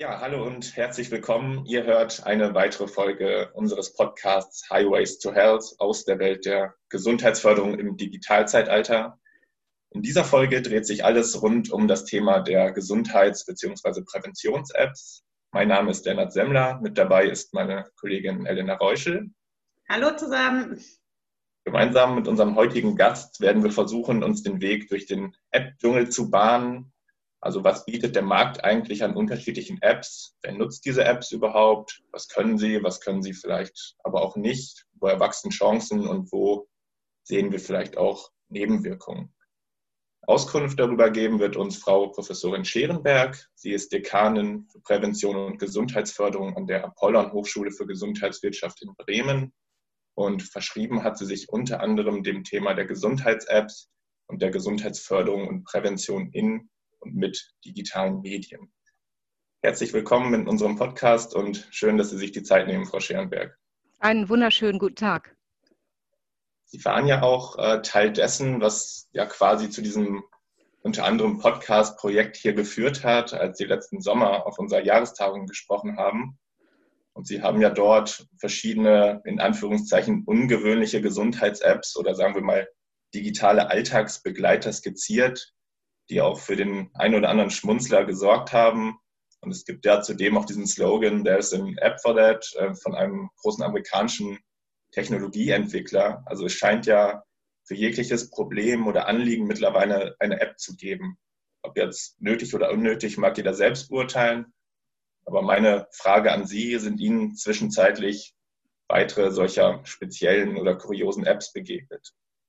Ja, hallo und herzlich willkommen. Ihr hört eine weitere Folge unseres Podcasts Highways to Health aus der Welt der Gesundheitsförderung im Digitalzeitalter. In dieser Folge dreht sich alles rund um das Thema der Gesundheits- bzw. Präventions-Apps. Mein Name ist Lennart Semmler, mit dabei ist meine Kollegin Elena Reuschel. Hallo zusammen. Gemeinsam mit unserem heutigen Gast werden wir versuchen, uns den Weg durch den App-Dschungel zu bahnen. Also was bietet der Markt eigentlich an unterschiedlichen Apps? Wer nutzt diese Apps überhaupt? Was können sie vielleicht aber auch nicht? Wo erwachsen Chancen und wo sehen wir vielleicht auch Nebenwirkungen? Auskunft darüber geben wird uns Frau Professorin Scherenberg. Sie ist Dekanin für Prävention und Gesundheitsförderung an der Apollon-Hochschule für Gesundheitswirtschaft in Bremen. Und verschrieben hat sie sich unter anderem dem Thema der Gesundheits-Apps und der Gesundheitsförderung und Prävention in und mit digitalen Medien. Herzlich willkommen in unserem Podcast und schön, dass Sie sich die Zeit nehmen, Frau Scherenberg. Einen wunderschönen guten Tag. Sie waren ja auch Teil dessen, was ja quasi zu diesem unter anderem Podcast-Projekt hier geführt hat, als Sie letzten Sommer auf unserer Jahrestagung gesprochen haben. Und Sie haben ja dort verschiedene, in Anführungszeichen, ungewöhnliche Gesundheits-Apps oder sagen wir mal digitale Alltagsbegleiter skizziert, die auch für den einen oder anderen Schmunzler gesorgt haben. Und es gibt ja zudem auch diesen Slogan, "There's an app for that", von einem großen amerikanischen Technologieentwickler. Also es scheint ja für jegliches Problem oder Anliegen mittlerweile eine App zu geben. Ob jetzt nötig oder unnötig, mag jeder selbst beurteilen. Aber meine Frage an Sie, sind Ihnen zwischenzeitlich weitere solcher speziellen oder kuriosen Apps begegnet?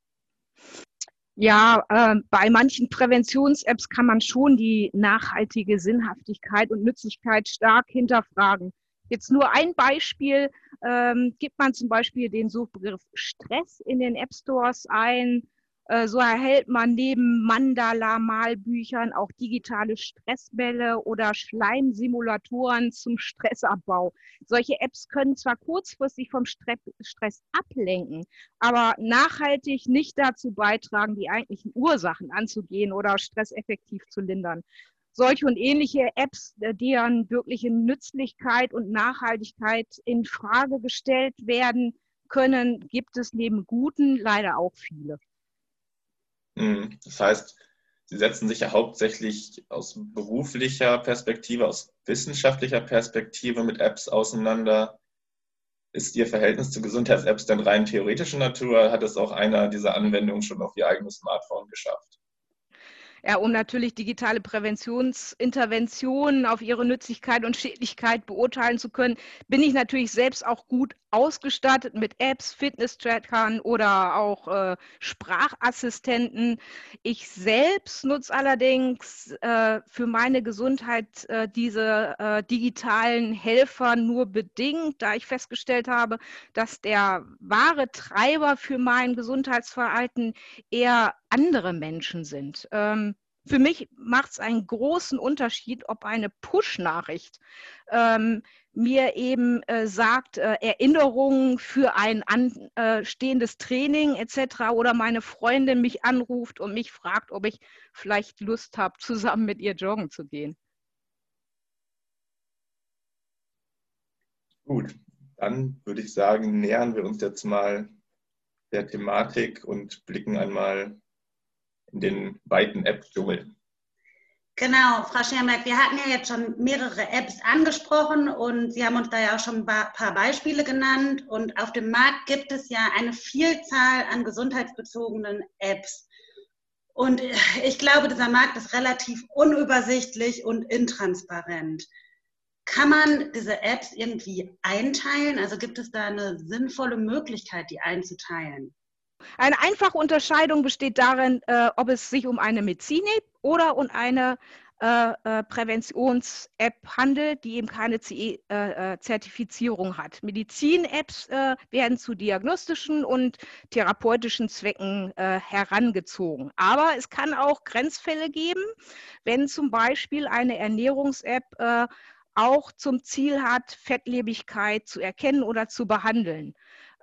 Ja, bei manchen Präventions-Apps kann man schon die nachhaltige Sinnhaftigkeit und Nützlichkeit stark hinterfragen. Jetzt nur ein Beispiel, gibt man zum Beispiel den Suchbegriff Stress in den App-Stores ein. So erhält man neben Mandala-Malbüchern auch digitale Stressbälle oder Schleimsimulatoren zum Stressabbau. Solche Apps können zwar kurzfristig vom Stress ablenken, aber nachhaltig nicht dazu beitragen, die eigentlichen Ursachen anzugehen oder Stress effektiv zu lindern. Solche und ähnliche Apps, deren wirkliche Nützlichkeit und Nachhaltigkeit in Frage gestellt werden können, gibt es neben guten leider auch viele. Das heißt, Sie setzen sich ja hauptsächlich aus beruflicher Perspektive, aus wissenschaftlicher Perspektive mit Apps auseinander. Ist Ihr Verhältnis zu Gesundheits-Apps denn rein theoretischer Natur? Hat es auch einer dieser Anwendungen schon auf Ihr eigenes Smartphone geschafft? Ja, um natürlich digitale Präventionsinterventionen auf ihre Nützlichkeit und Schädlichkeit beurteilen zu können, bin ich natürlich selbst auch gut ausgestattet mit Apps, Fitness-Trackern oder auch Sprachassistenten. Ich selbst nutze allerdings für meine Gesundheit diese digitalen Helfer nur bedingt, da ich festgestellt habe, dass der wahre Treiber für mein Gesundheitsverhalten eher andere Menschen sind. Für mich macht es einen großen Unterschied, ob eine Push-Nachricht mir eben sagt, Erinnerungen für ein anstehendes Training etc. oder meine Freundin mich anruft und mich fragt, ob ich vielleicht Lust habe, zusammen mit ihr joggen zu gehen. Gut, dann würde ich sagen, nähern wir uns jetzt mal der Thematik und blicken einmal in den weiten App-Dschungel. Genau, Frau Schermerk, wir hatten ja jetzt schon mehrere Apps angesprochen und Sie haben uns da ja auch schon ein paar Beispiele genannt. Und auf dem Markt gibt es ja eine Vielzahl an gesundheitsbezogenen Apps. Und ich glaube, dieser Markt ist relativ unübersichtlich und intransparent. Kann man diese Apps irgendwie einteilen? Also gibt es da eine sinnvolle Möglichkeit, die einzuteilen? Eine einfache Unterscheidung besteht darin, ob es sich um eine Medizin-App oder um eine Präventions-App handelt, die eben keine CE-Zertifizierung hat. Medizin-Apps werden zu diagnostischen und therapeutischen Zwecken herangezogen. Aber es kann auch Grenzfälle geben, wenn zum Beispiel eine Ernährungs-App auch zum Ziel hat, Fettlebigkeit zu erkennen oder zu behandeln.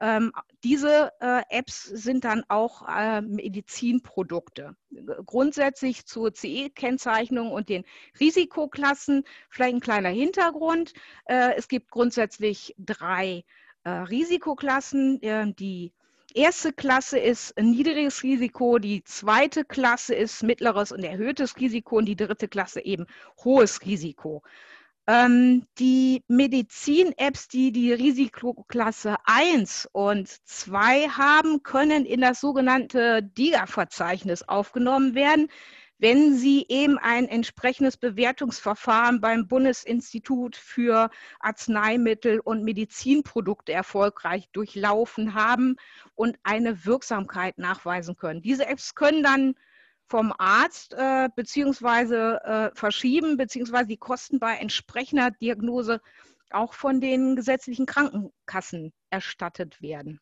Diese Apps sind dann auch Medizinprodukte. Grundsätzlich zur CE-Kennzeichnung und den Risikoklassen vielleicht ein kleiner Hintergrund. Es gibt grundsätzlich 3 Risikoklassen. Die erste Klasse ist ein niedriges Risiko, die zweite Klasse ist mittleres und erhöhtes Risiko und die dritte Klasse eben hohes Risiko. Die Medizin-Apps, die die Risikoklasse 1 und 2 haben, können in das sogenannte DIGA-Verzeichnis aufgenommen werden, wenn sie eben ein entsprechendes Bewertungsverfahren beim Bundesinstitut für Arzneimittel und Medizinprodukte erfolgreich durchlaufen haben und eine Wirksamkeit nachweisen können. Diese Apps können dann vom Arzt beziehungsweise verschieben, beziehungsweise die Kosten bei entsprechender Diagnose auch von den gesetzlichen Krankenkassen erstattet werden.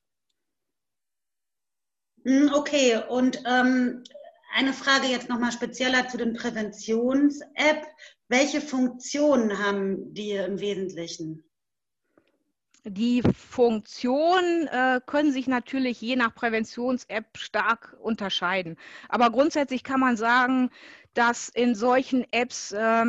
Okay, und eine Frage jetzt nochmal spezieller zu den Präventions-App. Welche Funktionen haben die im Wesentlichen? Die Funktionen können sich natürlich je nach Präventions-App stark unterscheiden. Aber grundsätzlich kann man sagen, dass in solchen Apps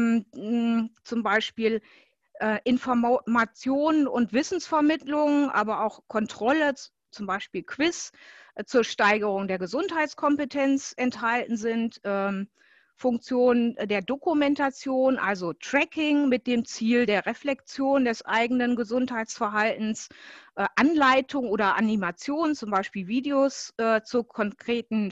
zum Beispiel Informationen und Wissensvermittlung, aber auch Kontrolle, zum Beispiel Quiz, zur Steigerung der Gesundheitskompetenz enthalten sind. Funktionen der Dokumentation, also Tracking mit dem Ziel der Reflexion des eigenen Gesundheitsverhaltens, Anleitung oder Animation, zum Beispiel Videos zur konkreten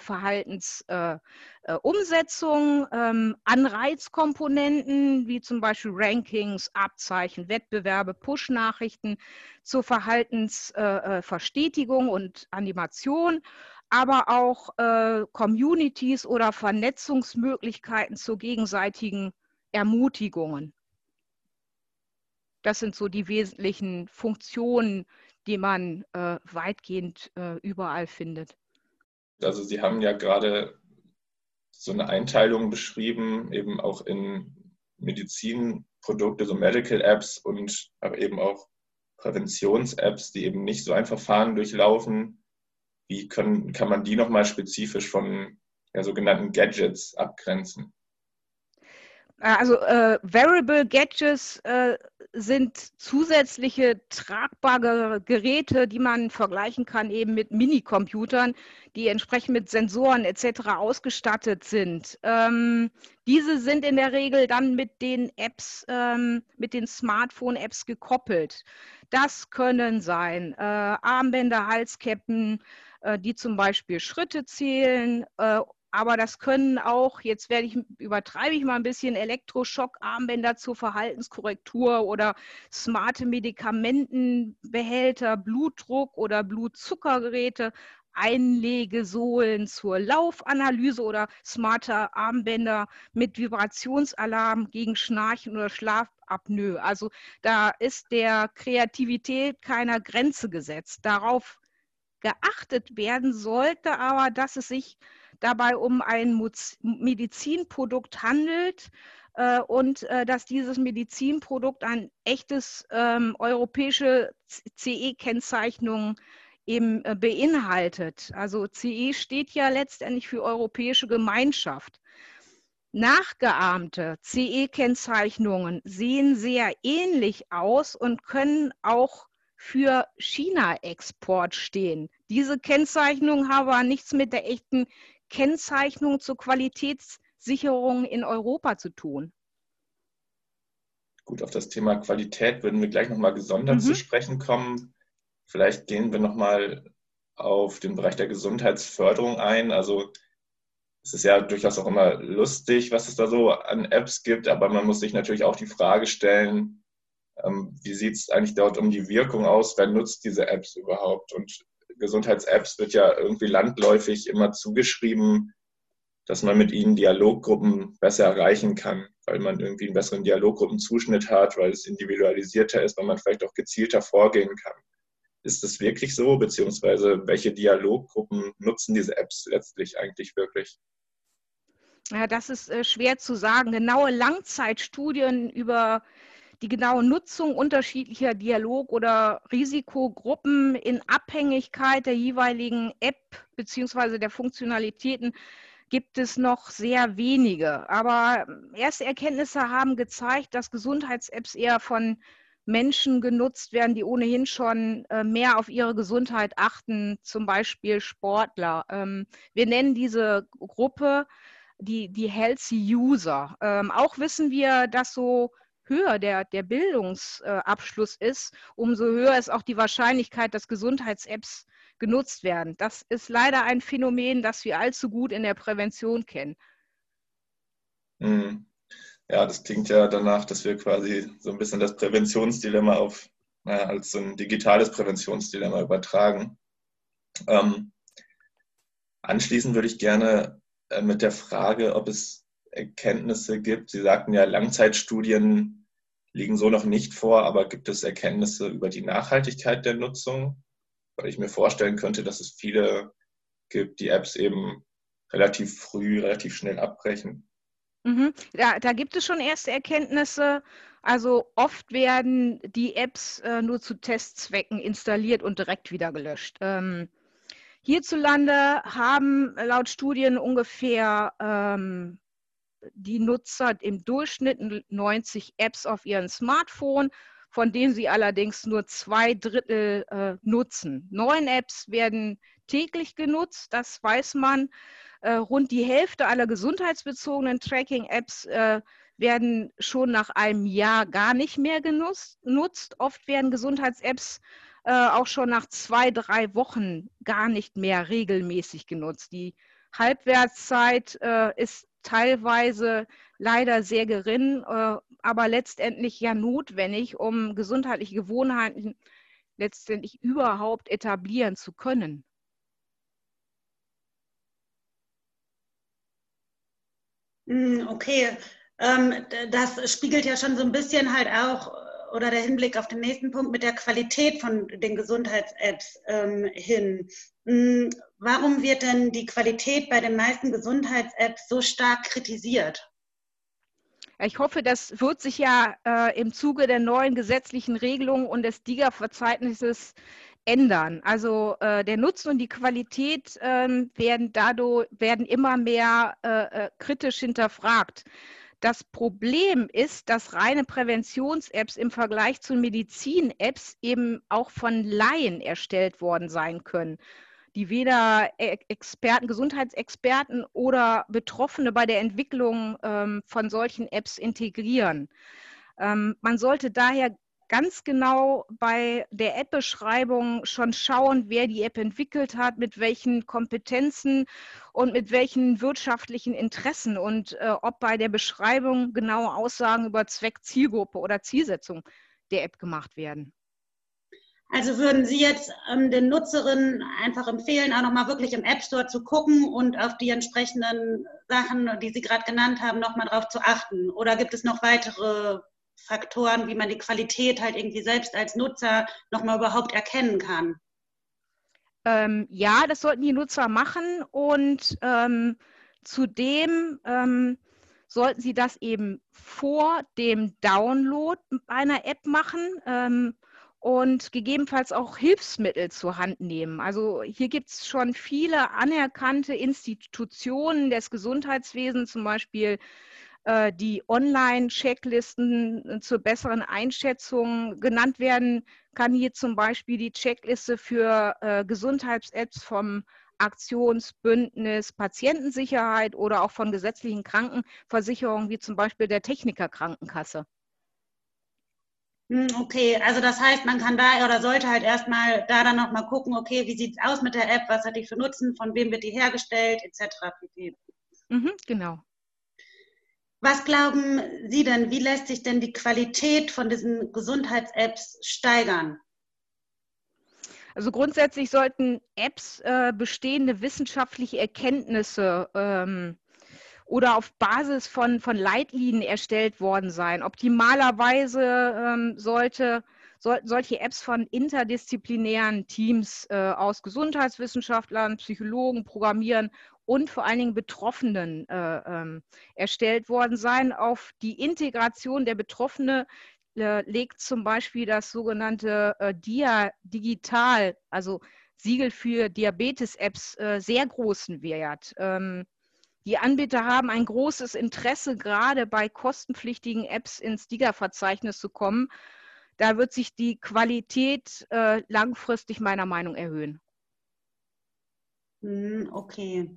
Verhaltensumsetzung, Anreizkomponenten wie zum Beispiel Rankings, Abzeichen, Wettbewerbe, Push-Nachrichten zur Verhaltensverstetigung und Animation, aber auch Communities oder Vernetzungsmöglichkeiten zu gegenseitigen Ermutigungen. Das sind so die wesentlichen Funktionen, die man weitgehend überall findet. Also Sie haben ja gerade so eine Einteilung beschrieben, eben auch in Medizinprodukte, so Medical Apps und aber eben auch Präventions-Apps, die eben nicht so ein Verfahren durchlaufen. Wie kann man die nochmal spezifisch von sogenannten Gadgets abgrenzen? Also Wearable Gadgets sind zusätzliche tragbare Geräte, die man vergleichen kann eben mit Minicomputern, die entsprechend mit Sensoren etc. ausgestattet sind. Diese sind in der Regel dann mit den Apps, mit den Smartphone-Apps gekoppelt. Das können sein Armbänder, Halsketten, die zum Beispiel Schritte zählen, aber das können auch, jetzt übertreibe ich mal ein bisschen, Elektroschock-Armbänder zur Verhaltenskorrektur oder smarte Medikamentenbehälter, Blutdruck- oder Blutzuckergeräte, Einlegesohlen zur Laufanalyse oder smarte Armbänder mit Vibrationsalarm gegen Schnarchen oder Schlafapnoe. Also da ist der Kreativität keiner Grenze gesetzt. Darauf geachtet werden sollte aber, dass es sich dabei um ein Medizinprodukt handelt und dass dieses Medizinprodukt ein echtes europäische CE-Kennzeichnung eben beinhaltet. Also CE steht ja letztendlich für Europäische Gemeinschaft. Nachgeahmte CE-Kennzeichnungen sehen sehr ähnlich aus und können auch für China-Export stehen. Diese Kennzeichnungen haben aber nichts mit der echten Kennzeichnung zur Qualitätssicherung in Europa zu tun. Gut, auf das Thema Qualität würden wir gleich nochmal gesondert zu sprechen kommen. Vielleicht gehen wir nochmal auf den Bereich der Gesundheitsförderung ein. Also es ist ja durchaus auch immer lustig, was es da so an Apps gibt, aber man muss sich natürlich auch die Frage stellen, wie sieht es eigentlich dort um die Wirkung aus? Wer nutzt diese Apps überhaupt? Und Gesundheits-Apps wird ja irgendwie landläufig immer zugeschrieben, dass man mit ihnen Dialoggruppen besser erreichen kann, weil man irgendwie einen besseren Dialoggruppenzuschnitt hat, weil es individualisierter ist, weil man vielleicht auch gezielter vorgehen kann. Ist das wirklich so? Beziehungsweise welche Dialoggruppen nutzen diese Apps letztlich eigentlich wirklich? Ja, das ist schwer zu sagen. Genaue Langzeitstudien über die genaue Nutzung unterschiedlicher Dialog- oder Risikogruppen in Abhängigkeit der jeweiligen App bzw. der Funktionalitäten gibt es noch sehr wenige. Aber erste Erkenntnisse haben gezeigt, dass Gesundheits-Apps eher von Menschen genutzt werden, die ohnehin schon mehr auf ihre Gesundheit achten, zum Beispiel Sportler. Wir nennen diese Gruppe die Healthy User. Auch wissen wir, dass so höher der Bildungsabschluss ist, umso höher ist auch die Wahrscheinlichkeit, dass Gesundheits-Apps genutzt werden. Das ist leider ein Phänomen, das wir allzu gut in der Prävention kennen. Ja, das klingt ja danach, dass wir quasi so ein bisschen das Präventionsdilemma als so ein digitales Präventionsdilemma übertragen. Anschließend würde ich gerne mit der Frage, ob es Erkenntnisse gibt. Sie sagten ja, Langzeitstudien liegen so noch nicht vor, aber gibt es Erkenntnisse über die Nachhaltigkeit der Nutzung? Weil ich mir vorstellen könnte, dass es viele gibt, die Apps eben relativ früh, relativ schnell abbrechen. Da gibt es schon erste Erkenntnisse. Also oft werden die Apps nur zu Testzwecken installiert und direkt wieder gelöscht. Hierzulande haben laut Studien ungefähr die Nutzer im Durchschnitt 90 Apps auf ihrem Smartphone, von denen sie allerdings nur 2/3 nutzen. 9 Apps werden täglich genutzt, das weiß man. Rund die Hälfte aller gesundheitsbezogenen Tracking-Apps werden schon nach einem Jahr gar nicht mehr genutzt. Oft werden Gesundheits-Apps auch schon nach 2-3 Wochen gar nicht mehr regelmäßig genutzt. Die Halbwertszeit ist teilweise leider sehr gering, aber letztendlich ja notwendig, um gesundheitliche Gewohnheiten letztendlich überhaupt etablieren zu können. Okay, das spiegelt ja schon so ein bisschen halt auch, oder der Hinblick auf den nächsten Punkt mit der Qualität von den Gesundheits-Apps hin. Warum wird denn die Qualität bei den meisten Gesundheits-Apps so stark kritisiert? Ich hoffe, das wird sich ja im Zuge der neuen gesetzlichen Regelungen und des DiGA-Verzeichnisses ändern. Also der Nutzen und die Qualität werden immer mehr kritisch hinterfragt. Das Problem ist, dass reine Präventions-Apps im Vergleich zu Medizin-Apps eben auch von Laien erstellt worden sein können, die weder Gesundheitsexperten oder Betroffene bei der Entwicklung von solchen Apps integrieren. Man sollte daher ganz genau bei der App-Beschreibung schon schauen, wer die App entwickelt hat, mit welchen Kompetenzen und mit welchen wirtschaftlichen Interessen und ob bei der Beschreibung genaue Aussagen über Zweck, Zielgruppe oder Zielsetzung der App gemacht werden. Also würden Sie jetzt den Nutzerinnen einfach empfehlen, auch nochmal wirklich im App Store zu gucken und auf die entsprechenden Sachen, die Sie gerade genannt haben, nochmal drauf zu achten? Oder gibt es noch weitere Faktoren, wie man die Qualität halt irgendwie selbst als Nutzer nochmal überhaupt erkennen kann? Ja, das sollten die Nutzer machen und zudem sollten sie das eben vor dem Download einer App machen und gegebenenfalls auch Hilfsmittel zur Hand nehmen. Also hier gibt es schon viele anerkannte Institutionen des Gesundheitswesens, zum Beispiel die Online-Checklisten zur besseren Einschätzung. Genannt werden kann hier zum Beispiel die Checkliste für Gesundheits-Apps vom Aktionsbündnis Patientensicherheit oder auch von gesetzlichen Krankenversicherungen wie zum Beispiel der Technikerkrankenkasse. Okay, also das heißt, man kann da oder sollte halt erstmal da dann nochmal gucken, okay, wie sieht es aus mit der App, was hat die für Nutzen, von wem wird die hergestellt, etc. Genau. Was glauben Sie denn, wie lässt sich denn die Qualität von diesen Gesundheits-Apps steigern? Also grundsätzlich sollten Apps bestehende wissenschaftliche Erkenntnisse oder auf Basis von Leitlinien erstellt worden sein. Optimalerweise sollten solche Apps von interdisziplinären Teams aus Gesundheitswissenschaftlern, Psychologen, Programmieren und vor allen Dingen Betroffenen erstellt worden sein. Auf die Integration der Betroffenen legt zum Beispiel das sogenannte DIA Digital, also Siegel für Diabetes-Apps, sehr großen Wert. Die Anbieter haben ein großes Interesse, gerade bei kostenpflichtigen Apps ins DIGA-Verzeichnis zu kommen. Da wird sich die Qualität langfristig meiner Meinung nach erhöhen. Okay.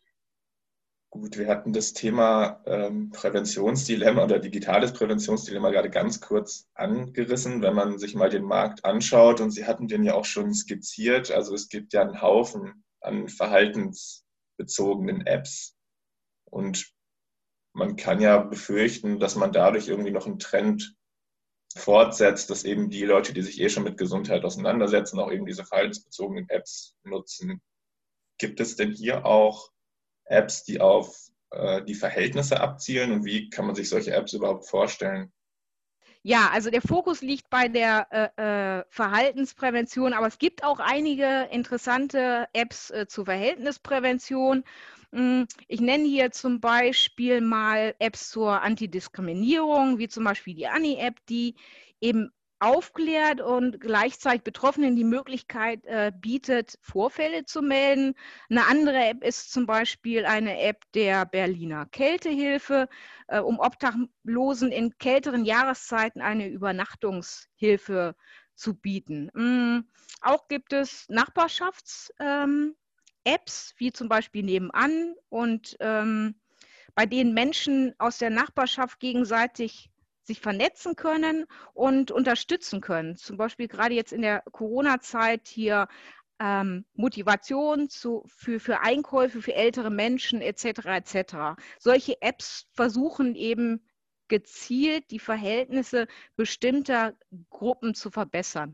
Gut, wir hatten das Thema Präventionsdilemma oder digitales Präventionsdilemma gerade ganz kurz angerissen, wenn man sich mal den Markt anschaut, und Sie hatten den ja auch schon skizziert. Also es gibt ja einen Haufen an verhaltensbezogenen Apps, und man kann ja befürchten, dass man dadurch irgendwie noch einen Trend fortsetzt, dass eben die Leute, die sich eh schon mit Gesundheit auseinandersetzen, auch eben diese verhaltensbezogenen Apps nutzen. Gibt es denn hier auch Apps, die auf die Verhältnisse abzielen, und wie kann man sich solche Apps überhaupt vorstellen? Ja, also der Fokus liegt bei der Verhaltensprävention, aber es gibt auch einige interessante Apps zur Verhältnisprävention. Ich nenne hier zum Beispiel mal Apps zur Antidiskriminierung, wie zum Beispiel die Anni-App, die eben aufklärt und gleichzeitig Betroffenen die Möglichkeit bietet, Vorfälle zu melden. Eine andere App ist zum Beispiel eine App der Berliner Kältehilfe, um Obdachlosen in kälteren Jahreszeiten eine Übernachtungshilfe zu bieten. Auch gibt es Nachbarschafts-Apps, wie zum Beispiel Nebenan, und bei denen Menschen aus der Nachbarschaft gegenseitig sich vernetzen können und unterstützen können. Zum Beispiel gerade jetzt in der Corona-Zeit hier Motivation für Einkäufe für ältere Menschen etc. etc. Solche Apps versuchen eben gezielt die Verhältnisse bestimmter Gruppen zu verbessern.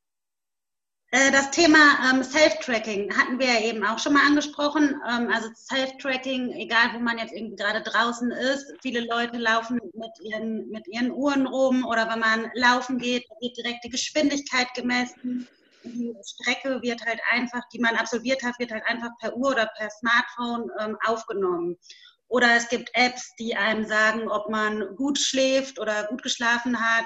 Das Thema Self-Tracking hatten wir ja eben auch schon mal angesprochen. Also Self-Tracking, egal wo man jetzt irgendwie gerade draußen ist, viele Leute laufen mit ihren Uhren rum, oder wenn man laufen geht, wird direkt die Geschwindigkeit gemessen. Die Strecke wird halt einfach, die man absolviert hat, wird halt einfach per Uhr oder per Smartphone aufgenommen. Oder es gibt Apps, die einem sagen, ob man gut schläft oder gut geschlafen hat.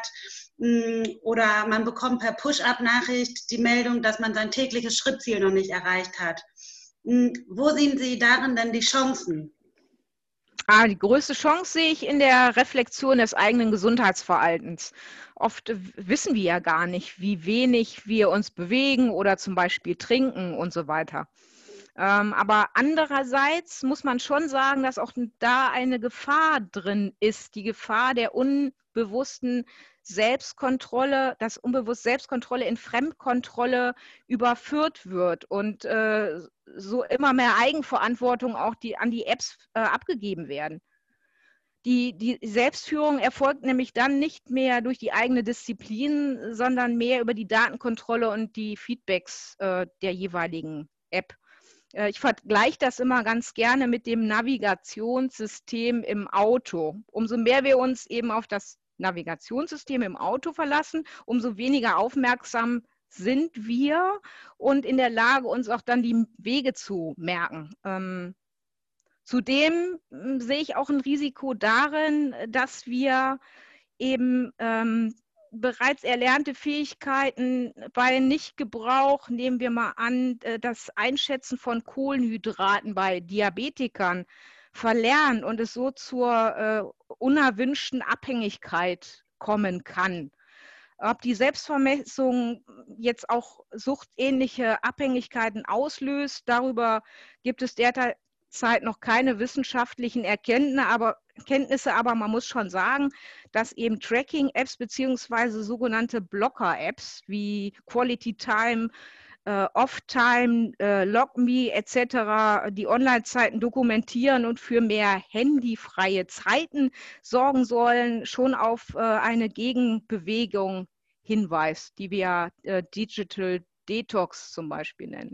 Oder man bekommt per Push-Up-Nachricht die Meldung, dass man sein tägliches Schrittziel noch nicht erreicht hat. Wo sehen Sie darin denn die Chancen? Die größte Chance sehe ich in der Reflexion des eigenen Gesundheitsverhaltens. Oft wissen wir ja gar nicht, wie wenig wir uns bewegen oder zum Beispiel trinken und so weiter. Aber andererseits muss man schon sagen, dass auch da eine Gefahr drin ist, die Gefahr der unbewussten Selbstkontrolle, dass unbewusst Selbstkontrolle in Fremdkontrolle überführt wird und so immer mehr Eigenverantwortung auch an die Apps abgegeben werden. Die Selbstführung erfolgt nämlich dann nicht mehr durch die eigene Disziplin, sondern mehr über die Datenkontrolle und die Feedbacks der jeweiligen App. Ich vergleiche das immer ganz gerne mit dem Navigationssystem im Auto. Umso mehr wir uns eben auf das Navigationssystem im Auto verlassen, umso weniger aufmerksam sind wir und in der Lage, uns auch dann die Wege zu merken. Zudem sehe ich auch ein Risiko darin, dass wir eben bereits erlernte Fähigkeiten bei Nichtgebrauch, nehmen wir mal an, das Einschätzen von Kohlenhydraten bei Diabetikern verlernen und es so zur unerwünschten Abhängigkeit kommen kann. Ob die Selbstvermessung jetzt auch suchtähnliche Abhängigkeiten auslöst, darüber gibt es derzeit noch keine wissenschaftlichen Erkenntnisse, aber man muss schon sagen, dass eben Tracking-Apps beziehungsweise sogenannte Blocker-Apps wie Quality Time, Off-Time, Log.me etc. die Online-Zeiten dokumentieren und für mehr handyfreie Zeiten sorgen sollen, schon auf eine Gegenbewegung hinweist, die wir Digital Detox zum Beispiel nennen.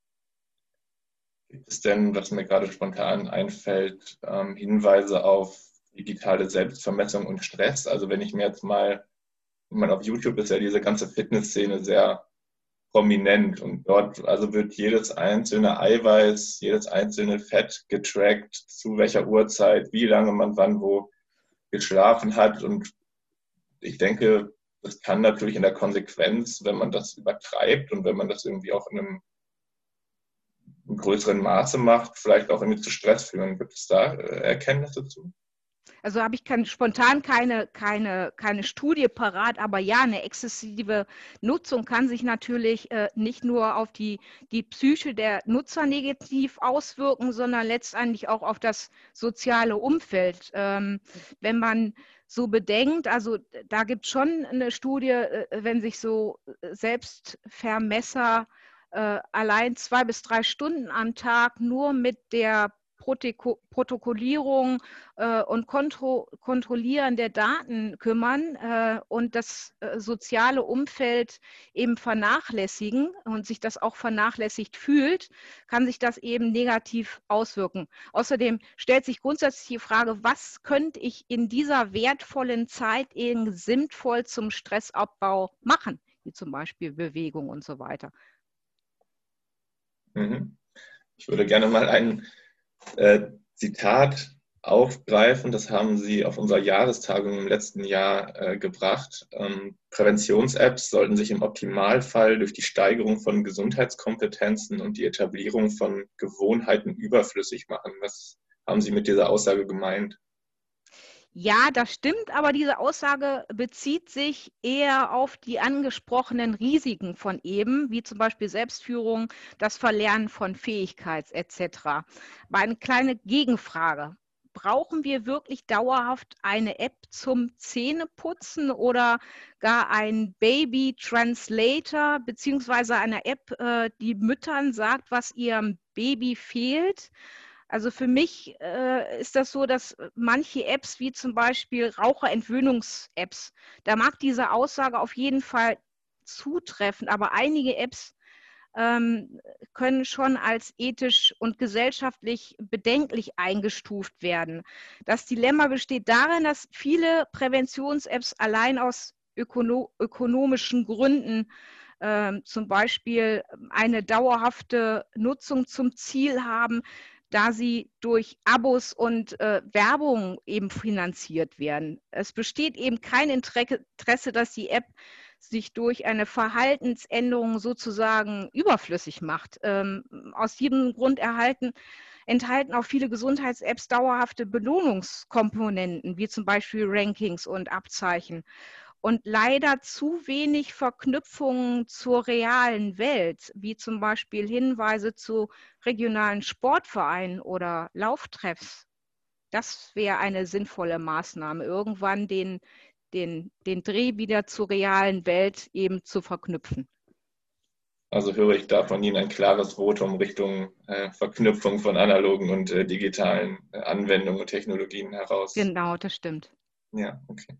Gibt es denn, was mir gerade spontan einfällt, Hinweise auf digitale Selbstvermessung und Stress? Also wenn ich mir jetzt mal, auf YouTube ist ja diese ganze Fitnessszene sehr prominent, und dort also wird jedes einzelne Eiweiß, jedes einzelne Fett getrackt, zu welcher Uhrzeit, wie lange man wann wo geschlafen hat, und ich denke, das kann natürlich in der Konsequenz, wenn man das übertreibt und wenn man das irgendwie auch in einem größeren Maße macht, vielleicht auch irgendwie zu Stress führen. Gibt es da Erkenntnisse zu? Also habe ich spontan keine Studie parat, aber ja, eine exzessive Nutzung kann sich natürlich nicht nur auf die Psyche der Nutzer negativ auswirken, sondern letztendlich auch auf das soziale Umfeld. Wenn man so bedenkt, also da gibt es schon eine Studie, wenn sich so Selbstvermesser allein 2 bis 3 Stunden am Tag nur mit der Protokollierung und Kontrollieren der Daten kümmern und das soziale Umfeld eben vernachlässigen und sich das auch vernachlässigt fühlt, kann sich das eben negativ auswirken. Außerdem stellt sich grundsätzlich die Frage, was könnte ich in dieser wertvollen Zeit eben sinnvoll zum Stressabbau machen, wie zum Beispiel Bewegung und so weiter. Ich würde gerne mal ein Zitat aufgreifen, das haben Sie auf unserer Jahrestagung im letzten Jahr gebracht. Präventions-Apps sollten sich im Optimalfall durch die Steigerung von Gesundheitskompetenzen und die Etablierung von Gewohnheiten überflüssig machen. Was haben Sie mit dieser Aussage gemeint? Ja, das stimmt, aber diese Aussage bezieht sich eher auf die angesprochenen Risiken von eben, wie zum Beispiel Selbstführung, das Verlernen von Fähigkeiten etc. Aber eine kleine Gegenfrage. Brauchen wir wirklich dauerhaft eine App zum Zähneputzen oder gar einen Baby-Translator beziehungsweise eine App, die Müttern sagt, was ihrem Baby fehlt? Also für mich ist das so, dass manche Apps, wie zum Beispiel Raucherentwöhnungs-Apps, da mag diese Aussage auf jeden Fall zutreffen, aber einige Apps können schon als ethisch und gesellschaftlich bedenklich eingestuft werden. Das Dilemma besteht darin, dass viele Präventions-Apps allein aus ökonomischen Gründen zum Beispiel eine dauerhafte Nutzung zum Ziel haben, da sie durch Abos und Werbung eben finanziert werden. Es besteht eben kein Interesse, dass die App sich durch eine Verhaltensänderung sozusagen überflüssig macht. Aus diesem Grund enthalten auch viele Gesundheits-Apps dauerhafte Belohnungskomponenten, wie zum Beispiel Rankings und Abzeichen. Und leider zu wenig Verknüpfungen zur realen Welt, wie zum Beispiel Hinweise zu regionalen Sportvereinen oder Lauftreffs. Das wäre eine sinnvolle Maßnahme, irgendwann den Dreh wieder zur realen Welt eben zu verknüpfen. Also höre ich da von Ihnen ein klares Votum Richtung Verknüpfung von analogen und digitalen Anwendungen und Technologien heraus. Genau, das stimmt. Ja, okay.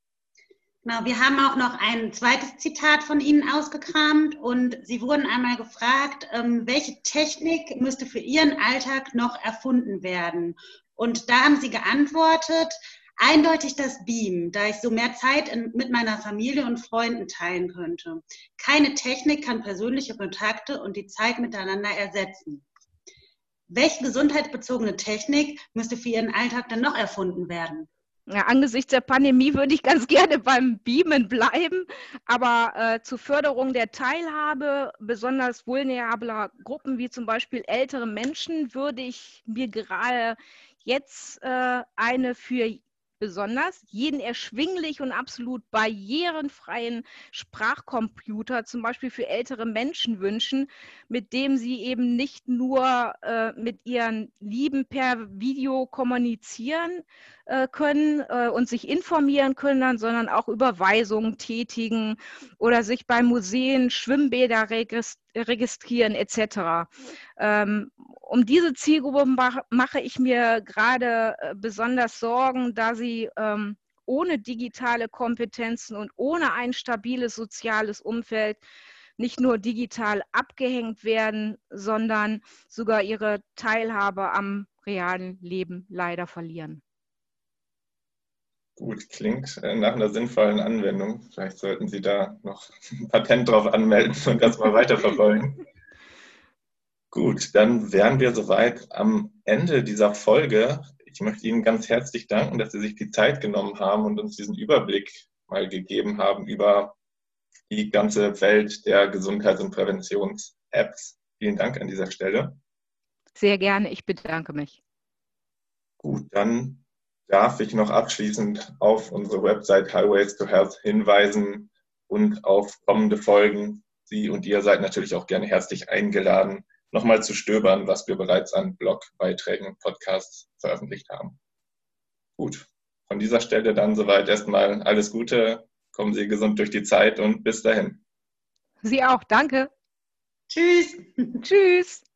Genau, wir haben auch noch ein zweites Zitat von Ihnen ausgekramt und Sie wurden einmal gefragt, welche Technik müsste für Ihren Alltag noch erfunden werden? Und da haben Sie geantwortet, eindeutig das Beam, da ich so mehr Zeit mit meiner Familie und Freunden teilen könnte. Keine Technik kann persönliche Kontakte und die Zeit miteinander ersetzen. Welche gesundheitsbezogene Technik müsste für Ihren Alltag dann noch erfunden werden? Ja, angesichts der Pandemie würde ich ganz gerne beim Beamen bleiben, aber zur Förderung der Teilhabe besonders vulnerabler Gruppen wie zum Beispiel ältere Menschen würde ich mir gerade jetzt eine für besonders jeden erschwinglich und absolut barrierenfreien Sprachcomputer, zum Beispiel für ältere Menschen wünschen, mit dem sie eben nicht nur mit ihren Lieben per Video kommunizieren können und sich informieren können, sondern auch Überweisungen tätigen oder sich bei Museen Schwimmbäder registrieren etc. Um diese Zielgruppe mache ich mir gerade besonders Sorgen, da sie ohne digitale Kompetenzen und ohne ein stabiles soziales Umfeld nicht nur digital abgehängt werden, sondern sogar ihre Teilhabe am realen Leben leider verlieren. Gut, klingt nach einer sinnvollen Anwendung. Vielleicht sollten Sie da noch ein Patent drauf anmelden und das mal weiterverfolgen. Gut, dann wären wir soweit am Ende dieser Folge. Ich möchte Ihnen ganz herzlich danken, dass Sie sich die Zeit genommen haben und uns diesen Überblick mal gegeben haben über die ganze Welt der Gesundheits- und Präventions-Apps. Vielen Dank an dieser Stelle. Sehr gerne, ich bedanke mich. Gut, dann darf ich noch abschließend auf unsere Website Highways to Health hinweisen und auf kommende Folgen. Sie und ihr seid natürlich auch gerne herzlich eingeladen, nochmal zu stöbern, was wir bereits an Blogbeiträgen und Podcasts veröffentlicht haben. Gut, von dieser Stelle dann soweit erstmal alles Gute, kommen Sie gesund durch die Zeit und bis dahin. Sie auch, danke. Tschüss. Tschüss.